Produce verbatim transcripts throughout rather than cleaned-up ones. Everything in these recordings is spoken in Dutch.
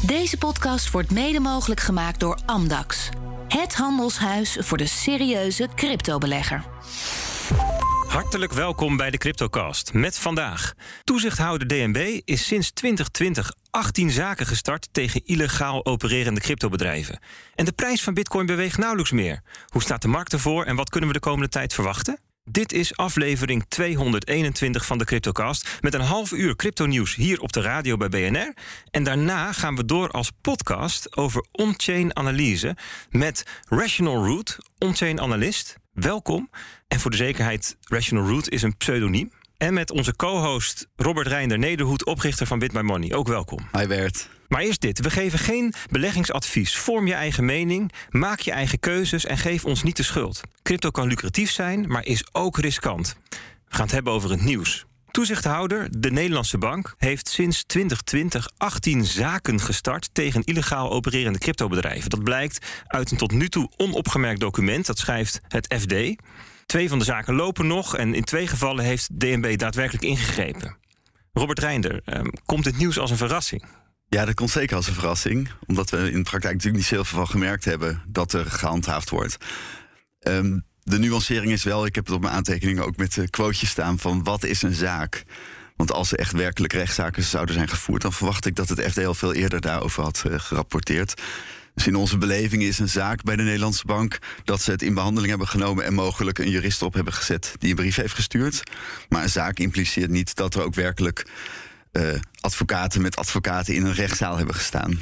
Deze podcast wordt mede mogelijk gemaakt door Amdax. Het handelshuis voor de serieuze cryptobelegger. Hartelijk welkom bij de CryptoCast. Met vandaag. Toezichthouder D N B is sinds twintig twintig achttien zaken gestart tegen illegaal opererende cryptobedrijven. En de prijs van Bitcoin beweegt nauwelijks meer. Hoe staat de markt ervoor en wat kunnen we de komende tijd verwachten? Dit is aflevering tweehonderdeenentwintig van de CryptoCast... met een half uur crypto-nieuws hier op de radio bij B N R. En daarna gaan we door als podcast over on-chain analyse... met Rational Root, on-chain analist. Welkom. En voor de zekerheid, Rational Root is een pseudoniem. En met onze co-host Robert Reinder Nederhoed, oprichter van Bit My Money. Ook welkom. Hi Bert. Maar eerst dit. We geven geen beleggingsadvies. Vorm je eigen mening, maak je eigen keuzes en geef ons niet de schuld. Crypto kan lucratief zijn, maar is ook riskant. We gaan het hebben over het nieuws. Toezichthouder, de Nederlandse Bank, heeft sinds twintig twintig achttien zaken gestart tegen illegaal opererende cryptobedrijven. Dat blijkt uit een tot nu toe onopgemerkt document, dat schrijft het F D. Twee van de zaken lopen nog en in twee gevallen heeft D N B daadwerkelijk ingegrepen. Robert Reinder, eh, komt dit nieuws als een verrassing? Ja, dat komt zeker als een verrassing. Omdat we in de praktijk natuurlijk niet zoveel van gemerkt hebben dat er gehandhaafd wordt. Um, de nuancering is wel, ik heb het op mijn aantekeningen ook met uh, quotejes staan van wat is een zaak? Want als er echt werkelijk rechtszaken zouden zijn gevoerd, dan verwacht ik dat het F D al veel eerder daarover had uh, gerapporteerd. Dus in onze beleving is een zaak bij de Nederlandse Bank dat ze het in behandeling hebben genomen en mogelijk een jurist op hebben gezet die een brief heeft gestuurd. Maar een zaak impliceert niet dat er ook werkelijk uh, advocaten met advocaten in een rechtszaal hebben gestaan.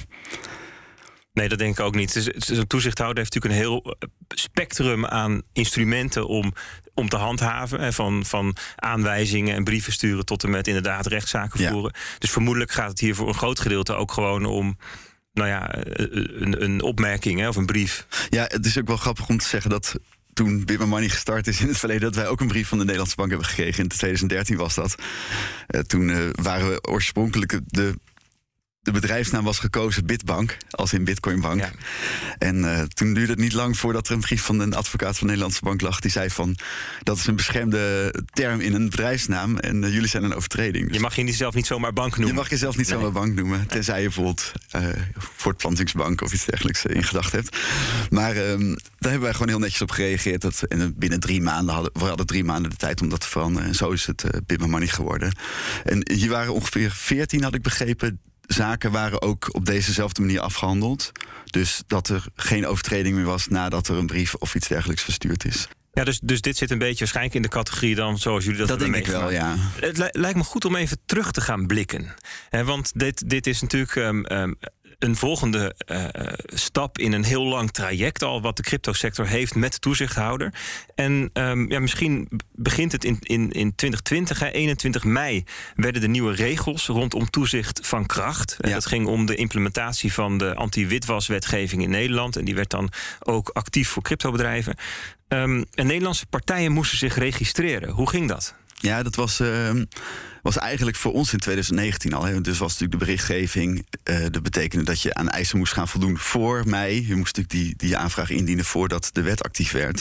Nee, dat denk ik ook niet. Een toezichthouder heeft natuurlijk een heel spectrum aan instrumenten om, om te handhaven. Van, van aanwijzingen en brieven sturen tot en met inderdaad rechtszaken voeren. Ja. Dus vermoedelijk gaat het hier voor een groot gedeelte ook gewoon om, nou ja, een, een opmerking, hè, of een brief. Ja, het is ook wel grappig om te zeggen dat toen Bit My Money gestart is in het verleden, dat wij ook een brief van de Nederlandse Bank hebben gekregen. In tweeduizend dertien was dat. Uh, toen uh, waren we oorspronkelijk de De bedrijfsnaam was gekozen Bitbank, als in Bitcoinbank. Ja. En uh, toen duurde het niet lang voordat er een brief van een advocaat van de Nederlandse Bank lag. Die zei van, dat is een beschermde term in een bedrijfsnaam en uh, jullie zijn een overtreding. Dus je mag jezelf niet zomaar bank noemen. Je mag jezelf niet nee. zomaar bank noemen. Tenzij je bijvoorbeeld uh, Voortplantingsbank of iets dergelijks uh, in gedachten hebt. Maar um, daar hebben wij gewoon heel netjes op gereageerd. Dat, en binnen drie maanden hadden we hadden drie maanden de tijd om dat te veranderen. En zo is het uh, Bit My Money geworden. En hier waren ongeveer veertien, had ik begrepen, zaken waren ook op dezezelfde manier afgehandeld. Dus dat er geen overtreding meer was nadat er een brief of iets dergelijks verstuurd is. Ja, dus, dus dit zit een beetje waarschijnlijk in de categorie dan zoals jullie dat, dat hebben meegemaakt. Dat denk ik wel, ja. Het li- lijkt me goed om even terug te gaan blikken. He, want dit, dit is natuurlijk um, um, een volgende uh, stap in een heel lang traject al wat de cryptosector heeft met de toezichthouder. En um, ja, misschien begint het in, in, in twintig twintig, hè, eenentwintig mei werden de nieuwe regels rondom toezicht van kracht. Ja. Dat ging om de implementatie van de anti-witwaswetgeving in Nederland. En die werd dan ook actief voor cryptobedrijven. Um, en Nederlandse partijen moesten zich registreren. Hoe ging dat? Ja, dat was, uh, was eigenlijk voor ons in twintig negentien al. Hè. Dus was natuurlijk de berichtgeving. Uh, dat betekende dat je aan eisen moest gaan voldoen voor mei. Je moest natuurlijk die, die aanvraag indienen voordat de wet actief werd.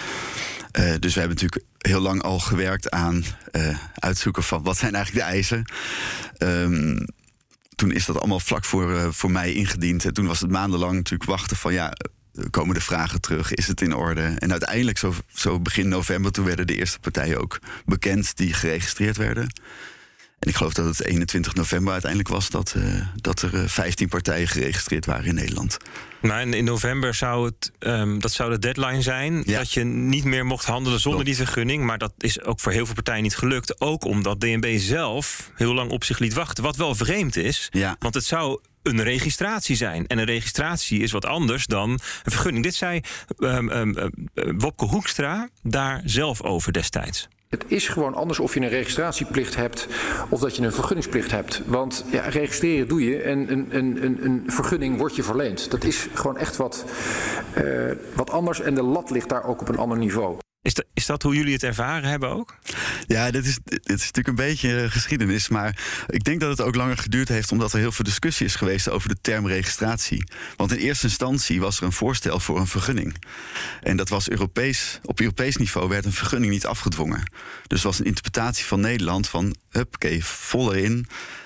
Uh, dus we hebben natuurlijk heel lang al gewerkt aan uh, uitzoeken van wat zijn eigenlijk de eisen. Um, toen is dat allemaal vlak voor, uh, voor mei ingediend. En toen was het maandenlang natuurlijk wachten van ja, komen de vragen terug, is het in orde? En uiteindelijk, zo, zo begin november, toen werden de eerste partijen ook bekend die geregistreerd werden. En ik geloof dat het eenentwintig november uiteindelijk was dat, uh, dat er uh, vijftien partijen geregistreerd waren in Nederland. Nou, en in november zou het, um, dat zou de deadline zijn, ja, dat je niet meer mocht handelen zonder die vergunning. Maar dat is ook voor heel veel partijen niet gelukt. Ook omdat D N B zelf heel lang op zich liet wachten. Wat wel vreemd is, ja, want het zou een registratie zijn. En een registratie is wat anders dan een vergunning. Dit zei um, um, um, Wopke Hoekstra daar zelf over destijds. Het is gewoon anders of je een registratieplicht hebt of dat je een vergunningsplicht hebt. Want ja, registreren doe je en een, een, een, een vergunning wordt je verleend. Dat is gewoon echt wat, uh, wat anders en de lat ligt daar ook op een ander niveau. Is dat, is dat hoe jullie het ervaren hebben ook? Ja, dit is, dit is natuurlijk een beetje geschiedenis. Maar ik denk dat het ook langer geduurd heeft, omdat er heel veel discussie is geweest over de term registratie. Want in eerste instantie was er een voorstel voor een vergunning. En dat was Europees, op Europees niveau werd een vergunning niet afgedwongen. Dus het was een interpretatie van Nederland van, huppakee, vol erin.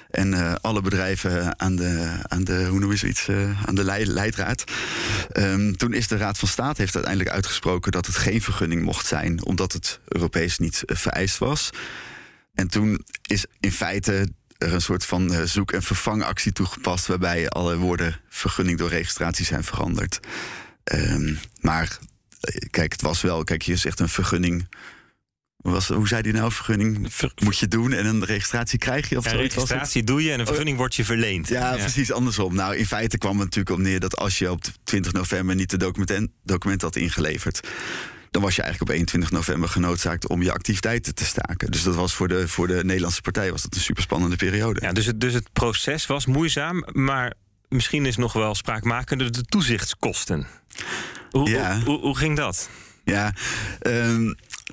En uh, alle bedrijven aan de, aan de, hoe noem je zoiets, uh, aan de leidraad. Um, toen is de Raad van State heeft uiteindelijk uitgesproken dat het geen vergunning mocht zijn, omdat het Europees niet uh, vereist was. En toen is in feite er een soort van uh, zoek- en vervangactie toegepast, waarbij alle woorden vergunning door registratie zijn veranderd. Um, maar kijk, het was wel, kijk, je zegt een vergunning. Was, hoe zei die nou? Vergunning Ver, moet je doen en een registratie krijg je? Of ja, zo, registratie doe je en een vergunning wordt je verleend. Ja, ja, precies andersom. Nou, in feite kwam het natuurlijk op neer dat als je op twintig november niet de document, document had ingeleverd, dan was je eigenlijk op eenentwintig november genoodzaakt om je activiteiten te staken. Dus dat was voor de, voor de Nederlandse partij was dat een superspannende periode. Ja, dus, het, dus het proces was moeizaam, maar misschien is nog wel spraakmakender de toezichtskosten. Hoe, ja. hoe, hoe, hoe ging dat? Ja, um,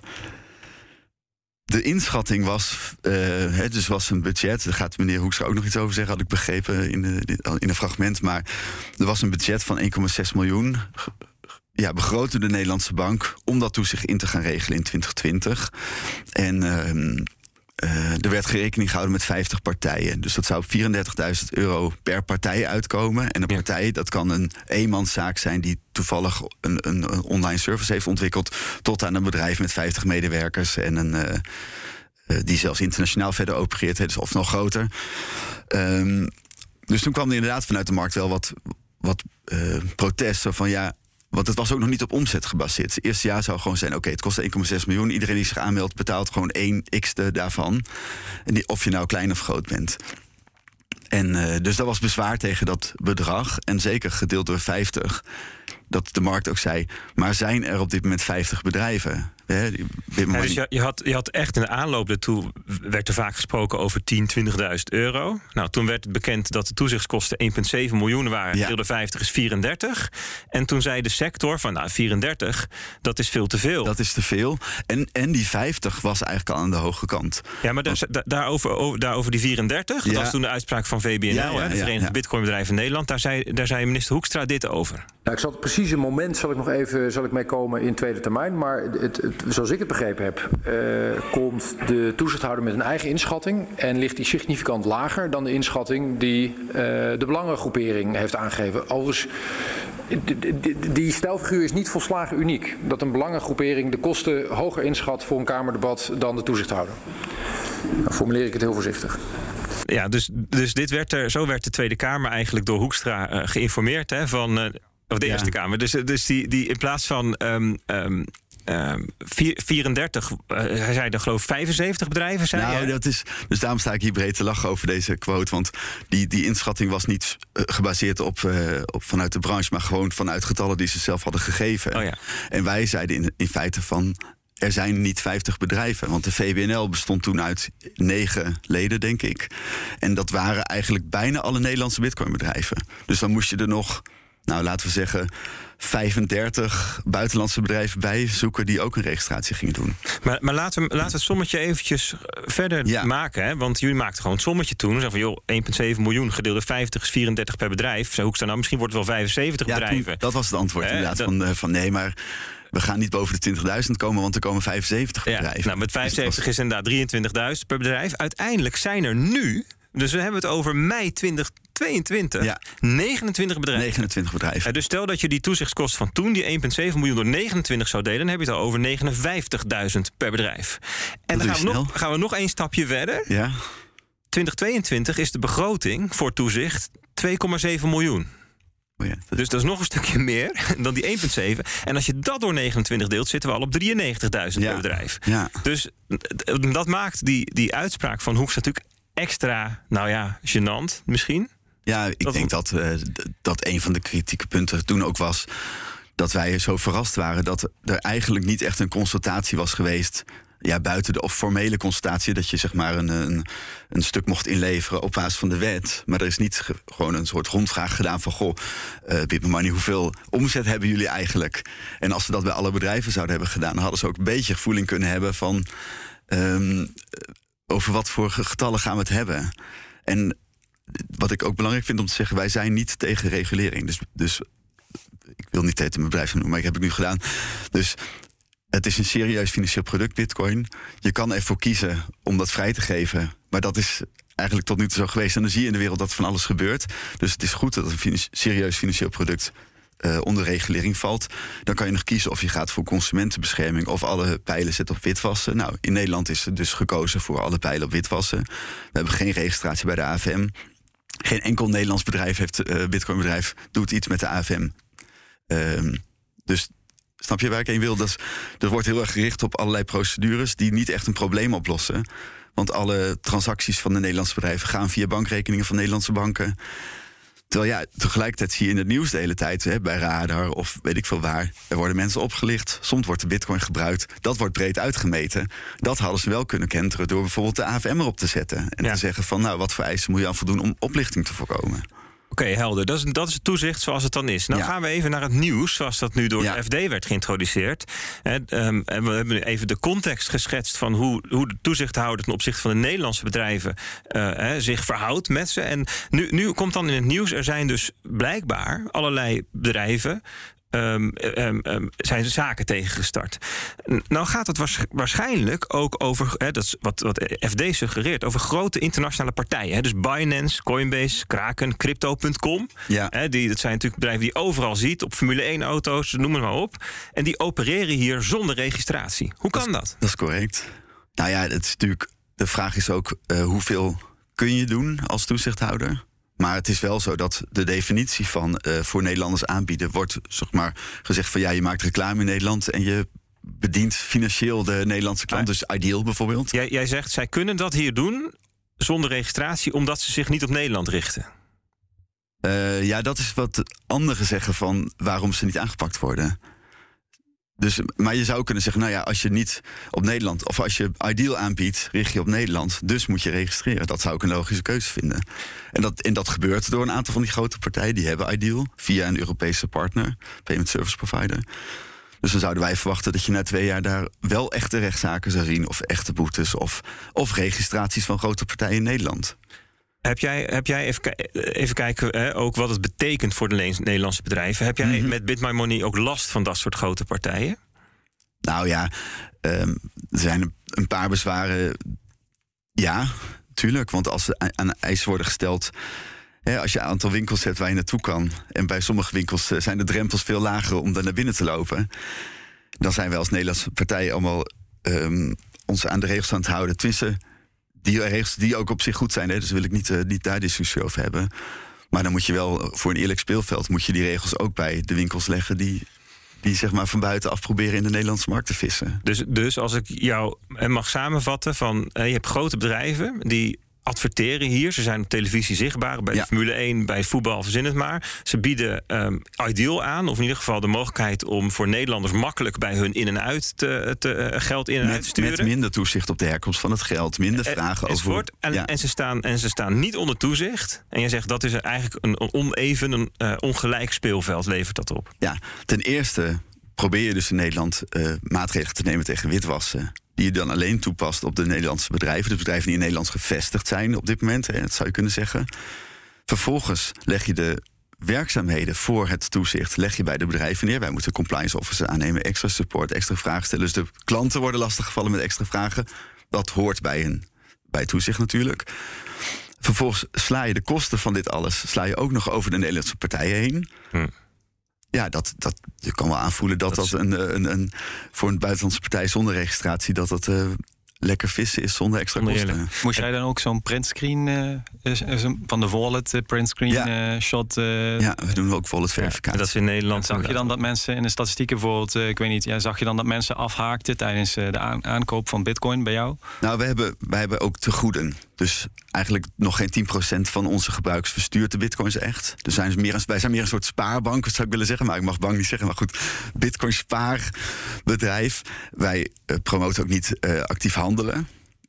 de inschatting was, uh, he, dus was een budget. Daar gaat meneer Hoekstra ook nog iets over zeggen, had ik begrepen in, de, in een fragment. Maar er was een budget van één komma zes miljoen. Ja, begroot door de Nederlandse Bank om dat toezicht in te gaan regelen in twintig twintig. En uh, uh, er werd rekening gehouden met vijftig partijen. Dus dat zou op vierendertigduizend euro per partij uitkomen. En een ja. partij, dat kan een eenmanszaak zijn die toevallig een, een, een online service heeft ontwikkeld, tot aan een bedrijf met vijftig medewerkers en een uh, uh, die zelfs internationaal verder opereert, dus of nog groter. Um, dus toen kwam er inderdaad vanuit de markt wel wat, wat uh, protesten van ja. Want het was ook nog niet op omzet gebaseerd. Het eerste jaar zou gewoon zijn, oké, okay, het kost één komma zes miljoen. Iedereen die zich aanmeldt betaalt gewoon één x'te daarvan. En die, of je nou klein of groot bent. En uh, dus dat was bezwaar tegen dat bedrag. En zeker gedeeld door vijftig. Dat de markt ook zei, maar zijn er op dit moment vijftig bedrijven? Hè, ja, dus je, je, had, je had echt in de aanloop daartoe, werd er vaak gesproken over tien, twintigduizend euro. Nou, toen werd bekend dat de toezichtskosten één komma zeven miljoen waren. Ja. Deel vijftig is vierendertig. En toen zei de sector van, nou, vierendertig, dat is veel te veel. Dat is te veel. En, en die vijftig was eigenlijk al aan de hoge kant. Ja, maar da, da, daarover, over, daarover die vierendertig, ja. Dat was toen de uitspraak van V B N L, ja, ja, hè, de Verenigde ja, ja. Bitcoinbedrijven Nederland. Daar zei, daar zei minister Hoekstra dit over. Nou, ik zal het precieze moment zal ik nog even zal ik meekomen in tweede termijn. Maar het, het, zoals ik het begrepen heb, uh, komt de toezichthouder met een eigen inschatting en ligt die significant lager dan de inschatting die uh, de belangengroepering heeft aangegeven. Overigens, die, die stijlfiguur is niet volslagen uniek. Dat een belangengroepering de kosten hoger inschat voor een Kamerdebat dan de toezichthouder. Dan formuleer ik het heel voorzichtig. Ja, dus, dus dit werd er, zo werd de Tweede Kamer eigenlijk door Hoekstra uh, geïnformeerd, hè, van, uh, of de ja. Eerste Kamer. Dus, dus die, die in plaats van um, um, um, vierendertig, uh, hij zei dan geloof ik vijfenzeventig bedrijven, zei Nou, je? dat is, dus daarom sta ik hier breed te lachen over deze quote. Want die, die inschatting was niet uh, gebaseerd op, uh, op vanuit de branche, maar gewoon vanuit getallen die ze zelf hadden gegeven. Oh ja. En wij zeiden in, in feite van, er zijn niet vijftig bedrijven. Want de V B N L bestond toen uit negen leden, denk ik. En dat waren eigenlijk bijna alle Nederlandse bitcoinbedrijven. Dus dan moest je er nog, nou laten we zeggen, vijfendertig buitenlandse bedrijven bij zoeken die ook een registratie gingen doen. Maar, maar laten, we, laten we het sommetje eventjes verder ja. maken. Hè? Want jullie maakten gewoon het sommetje toen. Zeggen van joh, één komma zeven miljoen gedeeld door vijftig is vierendertig per bedrijf. Zo Hoekstra, nou misschien wordt het wel vijfenzeventig ja, bedrijven. Toen, dat was het antwoord eh, inderdaad. Dat... Van, uh, van nee, maar we gaan niet boven de twintigduizend komen, want er komen vijfenzeventig ja, bedrijven. Nou, met vijfenzeventig dus was... is inderdaad drieëntwintigduizend per bedrijf. Uiteindelijk zijn er nu, dus we hebben het over mei twintig tweeëntwintig, ja. negenentwintig bedrijven. negenentwintig bedrijven. Ja, dus stel dat je die toezichtskosten van toen, die één komma zeven miljoen door negenentwintig zou delen, dan heb je het al over negenenvijftigduizend per bedrijf. En dat dan gaan we, nog, gaan we nog één stapje verder. Ja. twintig tweeëntwintig is de begroting voor toezicht twee komma zeven miljoen. Oh ja, dat... Dus dat is nog een stukje meer dan die één komma zeven. En als je dat door negenentwintig deelt, zitten we al op drieënnegentigduizend ja. per bedrijf. Ja. Dus dat maakt die, die uitspraak van Hoekstra natuurlijk extra, nou ja, gênant misschien. Ja, ik dat denk dat, uh, dat een van de kritieke punten toen ook was dat wij zo verrast waren dat er eigenlijk niet echt een consultatie was geweest. Ja, buiten de of formele consultatie dat je zeg maar een, een, een stuk mocht inleveren op basis van de wet. Maar er is niet ge, gewoon een soort rondvraag gedaan van goh, uh, Bitcoin Money, hoeveel omzet hebben jullie eigenlijk? En als ze dat bij alle bedrijven zouden hebben gedaan, hadden ze ook een beetje gevoeling kunnen hebben van um, over wat voor getallen gaan we het hebben. En wat ik ook belangrijk vind om te zeggen, wij zijn niet tegen regulering. Dus, dus ik wil niet tegen mijn bedrijf noemen, maar ik heb het nu gedaan. Dus het is een serieus financieel product, Bitcoin. Je kan ervoor kiezen om dat vrij te geven. Maar dat is eigenlijk tot nu toe zo geweest. En dan zie je in de wereld dat van alles gebeurt. Dus het is goed dat een finan- serieus financieel product uh, onder regulering valt. Dan kan je nog kiezen of je gaat voor consumentenbescherming of alle pijlen zet op witwassen. Nou, in Nederland is het dus gekozen voor alle pijlen op witwassen. We hebben geen registratie bij de A F M. Geen enkel Nederlands bedrijf heeft, uh, bitcoinbedrijf doet iets met de A F M. Um, dus snap je waar ik heen wil? Dat is, er wordt heel erg gericht op allerlei procedures die niet echt een probleem oplossen. Want alle transacties van de Nederlandse bedrijven gaan via bankrekeningen van Nederlandse banken. Terwijl ja, tegelijkertijd zie je in het nieuws de hele tijd, hè, bij Radar of weet ik veel waar, er worden mensen opgelicht. Soms wordt de bitcoin gebruikt. Dat wordt breed uitgemeten. Dat hadden ze wel kunnen kenteren door bijvoorbeeld de A F M erop te zetten. En ja. te zeggen van, nou, wat voor eisen moet je aan voldoen om oplichting te voorkomen? Oké, okay, helder. Dat is, dat is het toezicht zoals het dan is. Nou ja. gaan we even naar het nieuws, zoals dat nu door ja. de F D werd geïntroduceerd. He, um, en we hebben even de context geschetst van hoe, hoe de toezichthouder ten opzichte van de Nederlandse bedrijven uh, he, zich verhoudt met ze. En nu, nu komt dan in het nieuws, er zijn dus blijkbaar allerlei bedrijven Um, um, um, zijn zaken tegengestart. Nou gaat het waars- waarschijnlijk ook over, hè, dat is wat, wat F D suggereert, over grote internationale partijen. Hè, dus Binance, Coinbase, Kraken, Crypto punt com. Ja. Hè, die, dat zijn natuurlijk bedrijven die je overal ziet, op Formule één auto's, noem het maar op. En die opereren hier zonder registratie. Hoe kan dat? Dat, dat is correct. Nou ja, het is natuurlijk, de vraag is ook, uh, hoeveel kun je doen als toezichthouder? Maar het is wel zo dat de definitie van uh, voor Nederlanders aanbieden wordt, zeg maar, gezegd van ja, je maakt reclame in Nederland en je bedient financieel de Nederlandse klant, dus Ideal bijvoorbeeld. Jij, jij zegt, zij kunnen dat hier doen zonder registratie, omdat ze zich niet op Nederland richten. Uh, ja, dat is wat anderen zeggen van waarom ze niet aangepakt worden. Dus, maar je zou kunnen zeggen, nou ja, als je niet op Nederland, of als je Ideal aanbiedt, richt je op Nederland, dus moet je registreren. Dat zou ik een logische keuze vinden. En dat, en dat gebeurt door een aantal van die grote partijen, die hebben Ideal via een Europese partner, payment service provider. Dus dan zouden wij verwachten dat je na twee jaar daar wel echte rechtszaken zou zien, of echte boetes, of, of registraties van grote partijen in Nederland. Heb jij, heb jij even, even kijken, hè, ook wat het betekent voor de Nederlandse bedrijven. Heb jij mm-hmm. met BitMyMoney ook last van dat soort grote partijen? Nou ja, um, er zijn een paar bezwaren. Ja, tuurlijk. Want als er aan eisen worden gesteld, hè, als je een aantal winkels hebt waar je naartoe kan, en bij sommige winkels zijn de drempels veel lager om daar naar binnen te lopen, dan zijn wij als Nederlandse partijen allemaal um, ons aan de regels aan het houden. Tenminste, die regels die ook op zich goed zijn, hè, dus wil ik niet, uh, niet daar discussie over hebben. Maar dan moet je wel, voor een eerlijk speelveld, moet je die regels ook bij de winkels leggen die, die zeg maar van buitenaf proberen in de Nederlandse markt te vissen. Dus, dus als ik jou mag samenvatten, van uh, je hebt grote bedrijven die adverteren hier. Ze zijn op televisie zichtbaar, bij ja. de Formule één, bij voetbal, verzin het maar. Ze bieden um, Ideal aan, of in ieder geval de mogelijkheid om voor Nederlanders makkelijk bij hun in en uit te, te, uh, geld in en met, uit te sturen. Met minder toezicht op de herkomst van het geld, minder vragen en, over. En, ja. en, ze staan, en ze staan niet onder toezicht. En je zegt dat is eigenlijk een oneven, een uh, ongelijk speelveld, levert dat op. Ja, ten eerste probeer je dus in Nederland uh, maatregelen te nemen tegen witwassen, die je dan alleen toepast op de Nederlandse bedrijven. Dus bedrijven die in Nederland gevestigd zijn op dit moment, hè, dat zou je kunnen zeggen. Vervolgens leg je de werkzaamheden voor het toezicht leg je bij de bedrijven neer. Wij moeten compliance officers aannemen, extra support, extra vragen stellen. Dus de klanten worden lastiggevallen met extra vragen. Dat hoort bij een bij toezicht natuurlijk. Vervolgens sla je de kosten van dit alles sla je ook nog over de Nederlandse partijen heen. Hm. Ja, dat, dat, je kan wel aanvoelen dat dat, dat een, een, een, voor een buitenlandse partij zonder registratie, dat dat uh, lekker vissen is zonder extra kosten. Moest jij dan ook zo'n printscreen uh, van de wallet uh, printscreen ja. uh, shot? Uh, ja, we doen ook wallet verificatie. Ja, dat is in Nederland. Zag je dan dat mensen in de statistieken bijvoorbeeld, uh, ik weet niet, ja, zag je dan dat mensen afhaakten tijdens uh, de aan- aankoop van Bitcoin bij jou? Nou, we hebben, wij hebben ook tegoeden. Dus eigenlijk nog geen tien procent van onze gebruikers verstuurt de bitcoins echt. Dus zijn meer een, wij zijn meer een soort spaarbank, dat zou ik willen zeggen. Maar ik mag bang niet zeggen. Maar goed, bitcoin spaarbedrijf. Wij uh, promoten ook niet uh, actief handelen.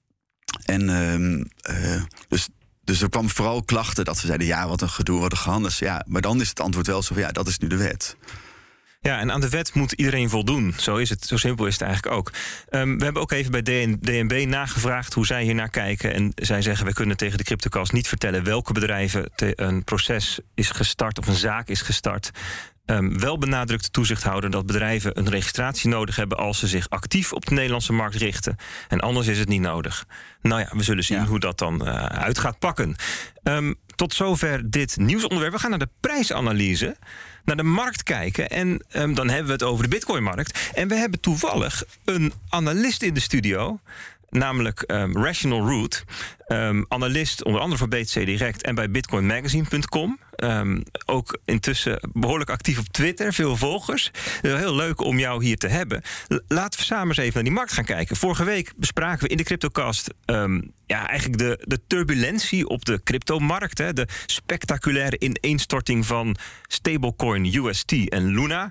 En uh, uh, dus, dus er kwam vooral klachten dat ze zeiden, ja, wat een gedoe, wat een gehandels. Ja, maar dan is het antwoord wel zo van, ja, dat is nu de wet. Ja, en aan de wet moet iedereen voldoen. Zo is het, zo simpel is het eigenlijk ook. Um, we hebben ook even bij D N B nagevraagd hoe zij hier naar kijken. En zij zeggen, we kunnen tegen de CryptoCast niet vertellen welke bedrijven te, een proces is gestart of een zaak is gestart Um, wel benadrukt de toezichthouder dat bedrijven een registratie nodig hebben als ze zich actief op de Nederlandse markt richten. En anders is het niet nodig. Nou ja, we zullen zien ja. hoe dat dan uh, uit gaat pakken. Um, tot zover dit nieuwsonderwerp. We gaan naar de prijsanalyse, naar de markt kijken. En um, dan hebben we het over de Bitcoin-markt. En we hebben toevallig een analist in de studio, namelijk um, Rational Root. Um, analist onder andere voor B T C Direct en bij bitcoin magazine punt com. Um, ook intussen behoorlijk actief op Twitter, veel volgers. Uh, heel leuk om jou hier te hebben. L- laten we samen eens even naar die markt gaan kijken. Vorige week bespraken we in de CryptoCast um, ja, eigenlijk de, de turbulentie op de cryptomarkt. Hè, de spectaculaire ineenstorting van stablecoin U S T en Luna.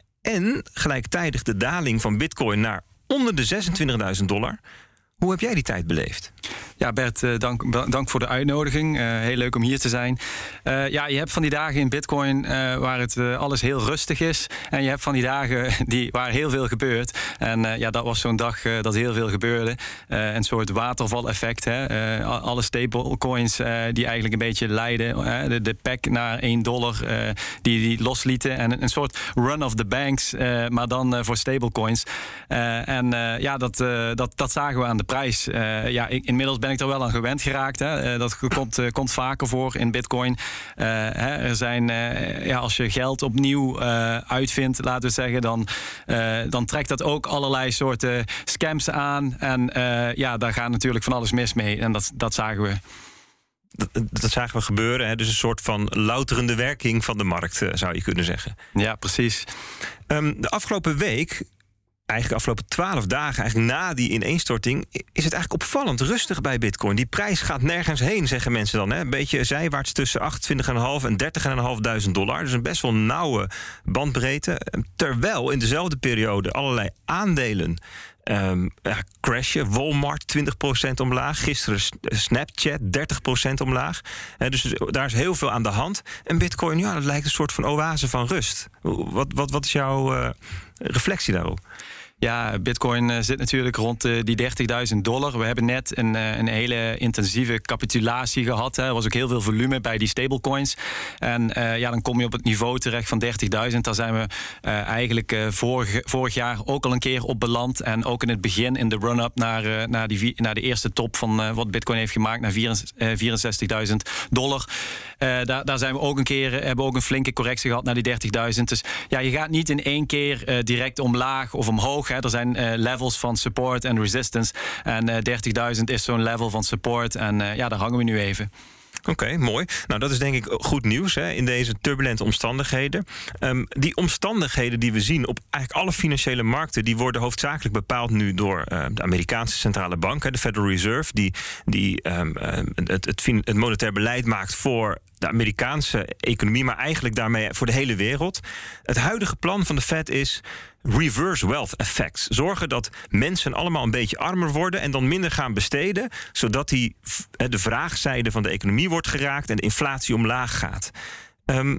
En gelijktijdig de daling van Bitcoin naar onder de zesentwintigduizend dollar. Hoe heb jij die tijd beleefd? Ja, Bert, dank, dank voor de uitnodiging. Uh, heel leuk om hier te zijn. Uh, ja, je hebt van die dagen in Bitcoin uh, waar het uh, alles heel rustig is. En je hebt van die dagen die, waar heel veel gebeurt. En uh, ja, dat was zo'n dag uh, dat heel veel gebeurde. Uh, een soort watervaleffect. Hè? Uh, alle stablecoins uh, die eigenlijk een beetje leiden. Uh, de, de P E C naar één dollar uh, die, die loslieten. En een soort run of the banks, uh, maar dan uh, voor stablecoins. Uh, en uh, ja, dat, uh, dat, dat zagen we aan de prijs. Uh, ja, ik, inmiddels ben ik er wel aan gewend geraakt. Hè. Uh, dat komt, uh, komt vaker voor in Bitcoin. Uh, hè, er zijn, uh, ja, als je geld opnieuw uh, uitvindt, laten we zeggen, dan, uh, dan trekt dat ook allerlei soorten scams aan. En uh, ja, daar gaat natuurlijk van alles mis mee. En dat, dat zagen we. Dat, dat zagen we gebeuren. Hè? Dus een soort van louterende werking van de markt, uh, zou je kunnen zeggen. Ja, precies. Um, de afgelopen week, eigenlijk de afgelopen twaalf dagen, eigenlijk na die ineenstorting, is het eigenlijk opvallend rustig bij Bitcoin. Die prijs gaat nergens heen, zeggen mensen dan. Hè? Een beetje zijwaarts tussen achtentwintig komma vijf en dertig komma vijfduizend dollar. Dus een best wel nauwe bandbreedte. Terwijl in dezelfde periode allerlei aandelen Um, ja, crashen. Walmart twintig procent omlaag. Gisteren Snapchat dertig procent omlaag. Uh, dus daar is heel veel aan de hand. En Bitcoin, ja, dat lijkt een soort van oase van rust. Wat, wat, wat is jouw uh, reflectie daarop? Ja, Bitcoin uh, zit natuurlijk rond uh, die dertigduizend dollar. We hebben net een, uh, een hele intensieve capitulatie gehad. Hè. Er was ook heel veel volume bij die stablecoins. En uh, ja, dan kom je op het niveau terecht van dertigduizend. Daar zijn we uh, eigenlijk uh, vorig, vorig jaar ook al een keer op beland. En ook in het begin, in de run-up naar, uh, naar, die, naar de eerste top van uh, wat Bitcoin heeft gemaakt, naar vierenzestigduizend dollar. Uh, daar, daar zijn we ook een keer, hebben ook een flinke correctie gehad naar die dertigduizend. Dus ja, je gaat niet in één keer uh, direct omlaag of omhoog. Hè. Er zijn uh, levels van support en resistance. En uh, dertigduizend is zo'n level van support. En uh, ja, daar hangen we nu even. Oké, okay, mooi. Nou, dat is denk ik goed nieuws hè, in deze turbulente omstandigheden. Um, die omstandigheden die we zien op eigenlijk alle financiële markten, die worden hoofdzakelijk bepaald nu door uh, de Amerikaanse centrale bank, hè, de Federal Reserve, die, die um, uh, het, het, het monetair beleid maakt voor de Amerikaanse economie, maar eigenlijk daarmee voor de hele wereld. Het huidige plan van de Fed is reverse wealth effects. Zorgen dat mensen allemaal een beetje armer worden en dan minder gaan besteden, zodat die, de vraagzijde van de economie wordt geraakt en de inflatie omlaag gaat. Um,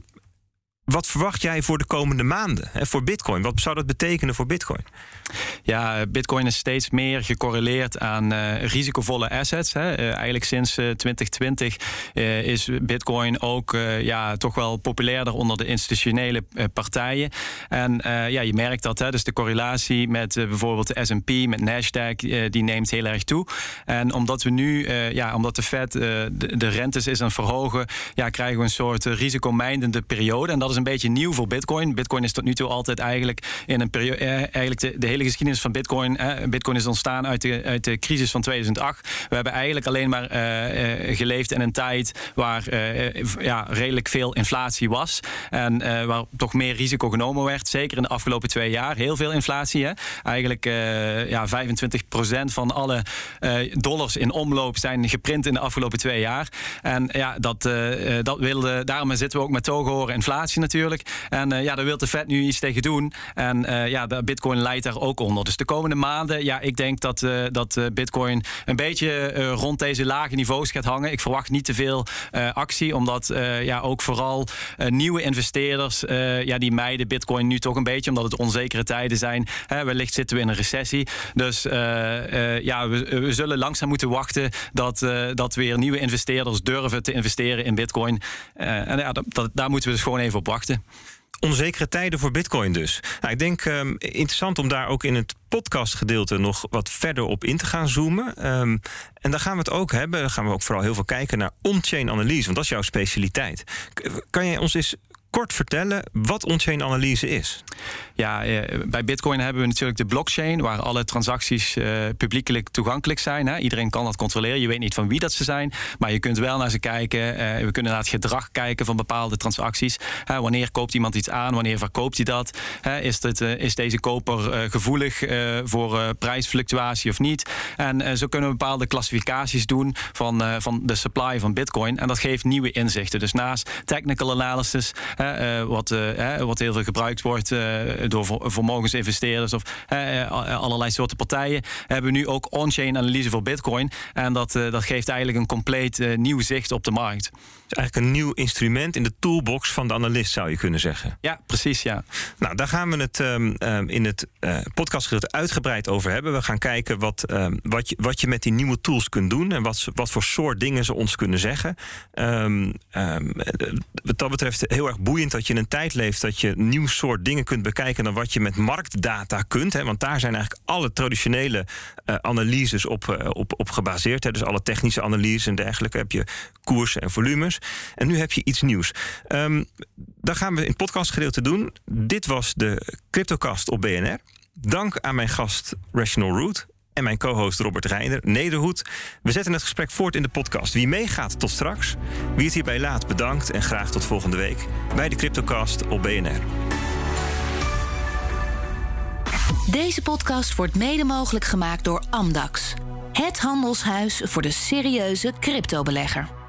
wat verwacht jij voor de komende maanden hè, voor Bitcoin? Wat zou dat betekenen voor Bitcoin? Ja, Bitcoin is steeds meer gecorreleerd aan uh, risicovolle assets. Hè. Uh, eigenlijk sinds uh, twintig twintig uh, is Bitcoin ook uh, ja, toch wel populairder onder de institutionele uh, partijen. En uh, ja, je merkt dat. Hè. Dus de correlatie met uh, bijvoorbeeld de S en P, met Nasdaq, uh, die neemt heel erg toe. En omdat we nu, uh, ja, omdat de Fed uh, de, de rentes is aan het verhogen, ja, krijgen we een soort uh, risicomijdende periode. En dat is een beetje nieuw voor Bitcoin. Bitcoin is tot nu toe altijd eigenlijk in een periode, uh, eigenlijk de, de hele geschiedenis van Bitcoin. Eh, Bitcoin is ontstaan uit de, uit de crisis van tweeduizend acht. We hebben eigenlijk alleen maar uh, uh, geleefd in een tijd waar uh, ja, redelijk veel inflatie was. En uh, waar toch meer risico genomen werd. Zeker in de afgelopen twee jaar. Heel veel inflatie. Hè? Eigenlijk uh, ja, vijfentwintig procent van alle uh, dollars in omloop zijn geprint in de afgelopen twee jaar. En ja, dat, uh, dat wilde, daarom zitten we ook met torenhoge inflatie natuurlijk. En uh, ja, daar wil de Fed nu iets tegen doen. En uh, ja, de Bitcoin leidt daar ook onder. Dus de komende maanden, ja, ik denk dat, uh, dat uh, Bitcoin een beetje uh, rond deze lage niveaus gaat hangen. Ik verwacht niet te veel uh, actie, omdat uh, ja, ook vooral uh, nieuwe investeerders, uh, ja, die mijden Bitcoin nu toch een beetje, omdat het onzekere tijden zijn. Hè, wellicht zitten we in een recessie. Dus uh, uh, ja, we, we zullen langzaam moeten wachten dat, uh, dat weer nieuwe investeerders durven te investeren in Bitcoin. Uh, en ja, dat, dat, daar moeten we dus gewoon even op wachten. onzekere tijden voor Bitcoin dus. Nou, ik denk um, interessant om daar ook in het podcastgedeelte nog wat verder op in te gaan zoomen. Um, en daar gaan we het ook hebben. Dan gaan we ook vooral heel veel kijken naar on-chain analyse, want dat is jouw specialiteit. Kan jij ons eens kort vertellen wat on-chain analyse is? Ja, bij Bitcoin hebben we natuurlijk de blockchain, waar alle transacties uh, publiekelijk toegankelijk zijn. Hè. Iedereen kan dat controleren. Je weet niet van wie dat ze zijn, maar je kunt wel naar ze kijken. Uh, we kunnen naar het gedrag kijken van bepaalde transacties. Uh, wanneer koopt iemand iets aan? Wanneer verkoopt hij dat? Uh, is, dit, uh, is deze koper uh, gevoelig uh, voor uh, prijsfluctuatie of niet? En uh, zo kunnen we bepaalde klassificaties doen van, uh, van de supply van Bitcoin. En dat geeft nieuwe inzichten. Dus naast technical analysis, uh, wat, uh, wat heel veel gebruikt wordt uh, door vermogensinvesteerders of uh, allerlei soorten partijen, hebben we nu ook on-chain analyse voor Bitcoin. En dat, uh, dat geeft eigenlijk een compleet uh, nieuw zicht op de markt. Het is eigenlijk een nieuw instrument in de toolbox van de analist, zou je kunnen zeggen. Ja, precies, ja. Nou, daar gaan we het um, um, in het uh, podcastgedeelte uitgebreid over hebben. We gaan kijken wat, um, wat, je, wat je met die nieuwe tools kunt doen en wat, wat voor soort dingen ze ons kunnen zeggen. Um, um, wat dat betreft heel erg boeiend dat je in een tijd leeft dat je een nieuw soort dingen kunt bekijken dan wat je met marktdata kunt. Hè, want daar zijn eigenlijk alle traditionele uh, analyses op, uh, op, op gebaseerd. Hè, dus alle technische analyses en dergelijke. Heb je koersen en volumes. En nu heb je iets nieuws. Um, dat gaan we in het podcastgedeelte doen. Dit was de CryptoCast op B N R. Dank aan mijn gast Rational Root en mijn co-host Robert Reijnder, Nederhoed. We zetten het gesprek voort in de podcast. Wie meegaat, tot straks. Wie het hierbij laat, bedankt en graag tot volgende week bij de CryptoCast op B N R. Deze podcast wordt mede mogelijk gemaakt door Amdax. Het handelshuis voor de serieuze cryptobelegger.